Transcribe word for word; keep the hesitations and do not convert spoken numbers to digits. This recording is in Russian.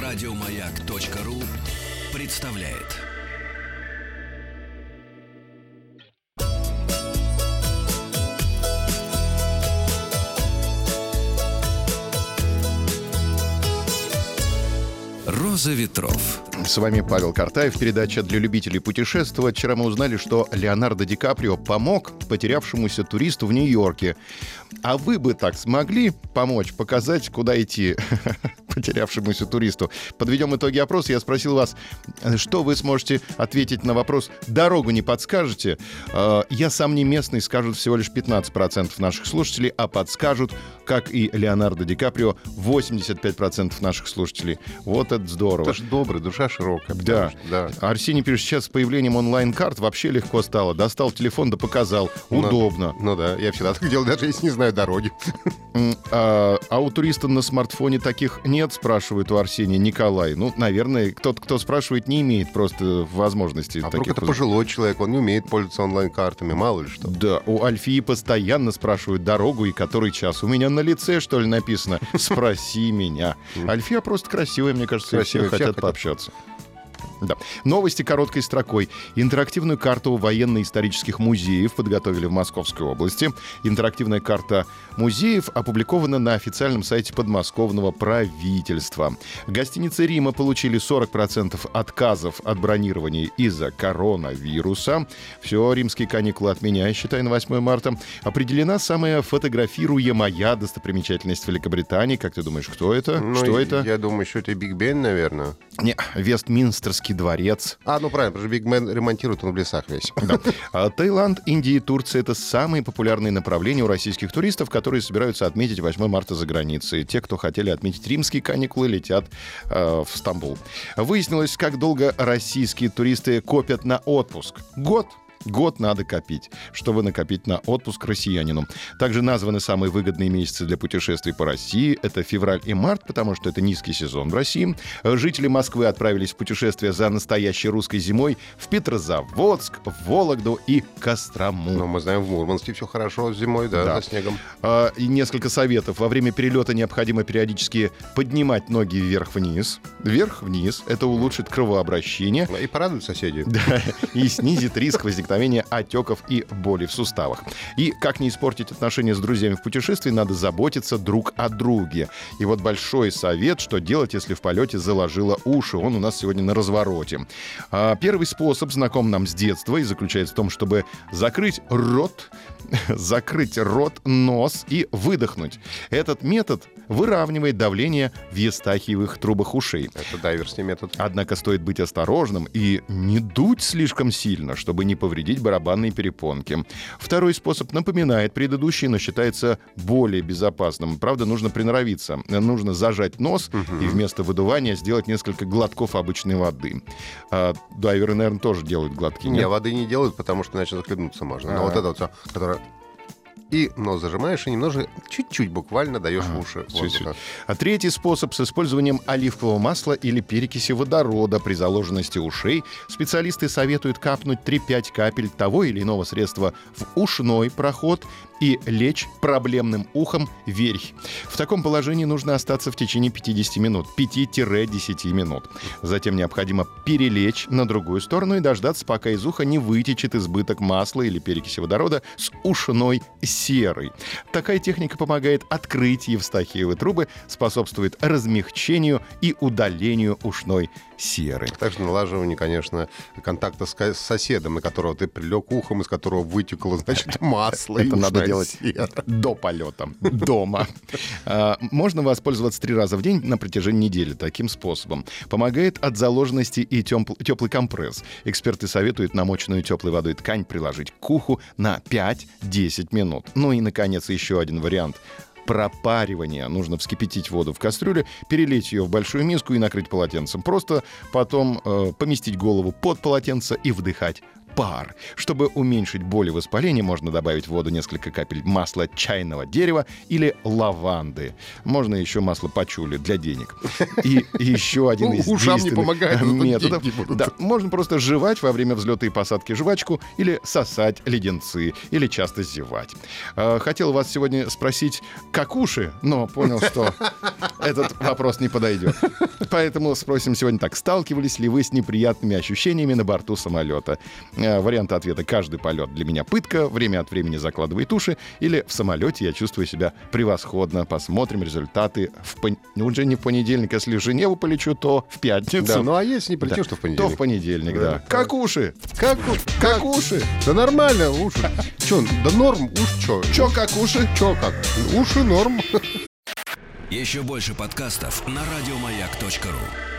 Радиомаяк.ру представляет. «Роза ветров». С вами Павел Картаев, передача для любителей путешествовать. Вчера мы узнали, что Леонардо Ди Каприо помог потерявшемуся туристу в Нью-Йорке. А вы бы так смогли помочь, показать, куда идти потерявшемуся туристу? Подведем итоги опроса. Я спросил вас, что вы сможете ответить на вопрос «Дорогу не подскажете?» Я сам не местный, скажут всего лишь пятнадцать процентов наших слушателей, а подскажут, как и Леонардо Ди Каприо, восемьдесят пять процентов наших слушателей. Вот это здорово. Это ж добрый, душа широкая. Да. Что, да. Арсений пишет, сейчас с появлением онлайн-карт вообще легко стало. Достал телефон, да показал. Удобно. Ну, ну да, я всегда так делал, даже если не знаю дороги. А, а у туриста на смартфоне таких нет, спрашивает у Арсения Николай. Ну, наверное, тот, кто спрашивает, не имеет просто возможности. А таких. вдруг это пожилой человек, он не умеет пользоваться онлайн-картами, мало ли что. Да, у Альфии постоянно спрашивают дорогу и который час. У меня на лице, что ли, написано «Спроси меня». Альфия просто красивая, мне кажется, и все хотят пообщаться. Да. Новости короткой строкой. Интерактивную карту военно-исторических музеев подготовили в Московской области. Интерактивная карта музеев опубликована на официальном сайте подмосковного правительства. Гостиницы Рима получили сорок процентов отказов от бронирования из-за коронавируса. Все, римские каникулы отменяй, считай, на восьмое марта. Определена самая фотографируемая достопримечательность Великобритании. Как ты думаешь, кто это? Ну, что это? Я думаю, что это Биг Бен, наверное. Не, Вестминстерский дворец. А, ну правильно, потому что Биг Бен ремонтирует, он в лесах весь. Да. А Таиланд, Индия и Турция — это самые популярные направления у российских туристов, которые собираются отметить восьмое марта за границей. Те, кто хотели отметить римские каникулы, летят э, в Стамбул. Выяснилось, как долго российские туристы копят на отпуск. Год. Год надо копить, чтобы накопить на отпуск россиянину. Также названы самые выгодные месяцы для путешествий по России. Это февраль и март, потому что это низкий сезон в России. Жители Москвы отправились в путешествие за настоящей русской зимой в Петрозаводск, в Вологду и Кострому. Ну, мы знаем, в Мурманске все хорошо зимой, да, Да. за снегом. А, и несколько советов. Во время перелета необходимо периодически поднимать ноги вверх-вниз. Вверх-вниз. Это улучшит кровообращение. И порадуют соседей. Да, и снизит риск возникновения отеков и боли в суставах. И как не испортить отношения с друзьями в путешествии, надо заботиться друг о друге. И вот большой совет, что делать, если в полете заложило уши. Он у нас сегодня на развороте. А, первый способ знаком нам с детства и заключается в том, чтобы закрыть рот, закрыть рот, нос и выдохнуть. Этот метод выравнивает давление в евстахиевых трубах ушей. Это дайверский метод. Однако стоит быть осторожным и не дуть слишком сильно, чтобы не повредить барабанные перепонки. Второй способ напоминает предыдущий, но считается более безопасным. Правда, нужно приноровиться. Нужно зажать нос угу. и вместо выдувания сделать несколько глотков обычной воды. А, дайверы, наверное, тоже делают глотки. Не, воды не делают, потому что иначе захлебнуться можно. Но А-а-а. вот это вот все, которое... И нос зажимаешь, и немножко, чуть-чуть буквально даешь А, в уши. чуть-чуть. воздуха. А третий способ с использованием оливкового масла или перекиси водорода при заложенности ушей. Специалисты советуют капнуть три-пять капель того или иного средства в ушной проход и лечь проблемным ухом вверх. В таком положении нужно остаться в течение пятьдесят минут, пять-десять минут. Затем необходимо перелечь на другую сторону и дождаться, пока из уха не вытечет избыток масла или перекиси водорода с ушной серой. Такая техника помогает открыть евстахиевые трубы, способствует размягчению и удалению ушной серы. Также налаживание, конечно, контакта с, с соседом, на которого ты прилег ухом, из которого вытекло, значит, масло. Это надо ушная делать сера. до полета, дома. Можно воспользоваться три раза в день на протяжении недели таким способом. Помогает от заложенности и теплый компресс. Эксперты советуют намоченную теплой водой ткань приложить к уху на пять-десять минут. Ну и, наконец, еще один вариант пропаривания. Нужно вскипятить воду в кастрюле, перелить ее в большую миску и накрыть полотенцем. Просто потом э, поместить голову под полотенце и вдыхать пар. Чтобы уменьшить боль и воспаление, можно добавить в воду несколько капель масла чайного дерева или лаванды. Можно еще масло пачули для денег. И еще один из действенных методов. Да, можно просто жевать во время взлета и посадки жвачку или сосать леденцы, или часто зевать. Хотел вас сегодня спросить, как уши, но понял, что этот вопрос не подойдет. Поэтому спросим сегодня так. Сталкивались ли вы с неприятными ощущениями на борту самолета? Варианты ответа: каждый полет для меня пытка, время от времени закладывает уши, или в самолете я чувствую себя превосходно. Посмотрим результаты в пон... уже не в понедельник. Если в Женеву полечу, то в пятницу. Да, ну а если не полетишь, да, то в понедельник. То в понедельник, да. да. Как уши? Как, как уши? Да нормально уши. Чё, да норм, уж чё? Чё как уши? Чё как? Уши норм. Еще больше подкастов на радиомаяк точка ру.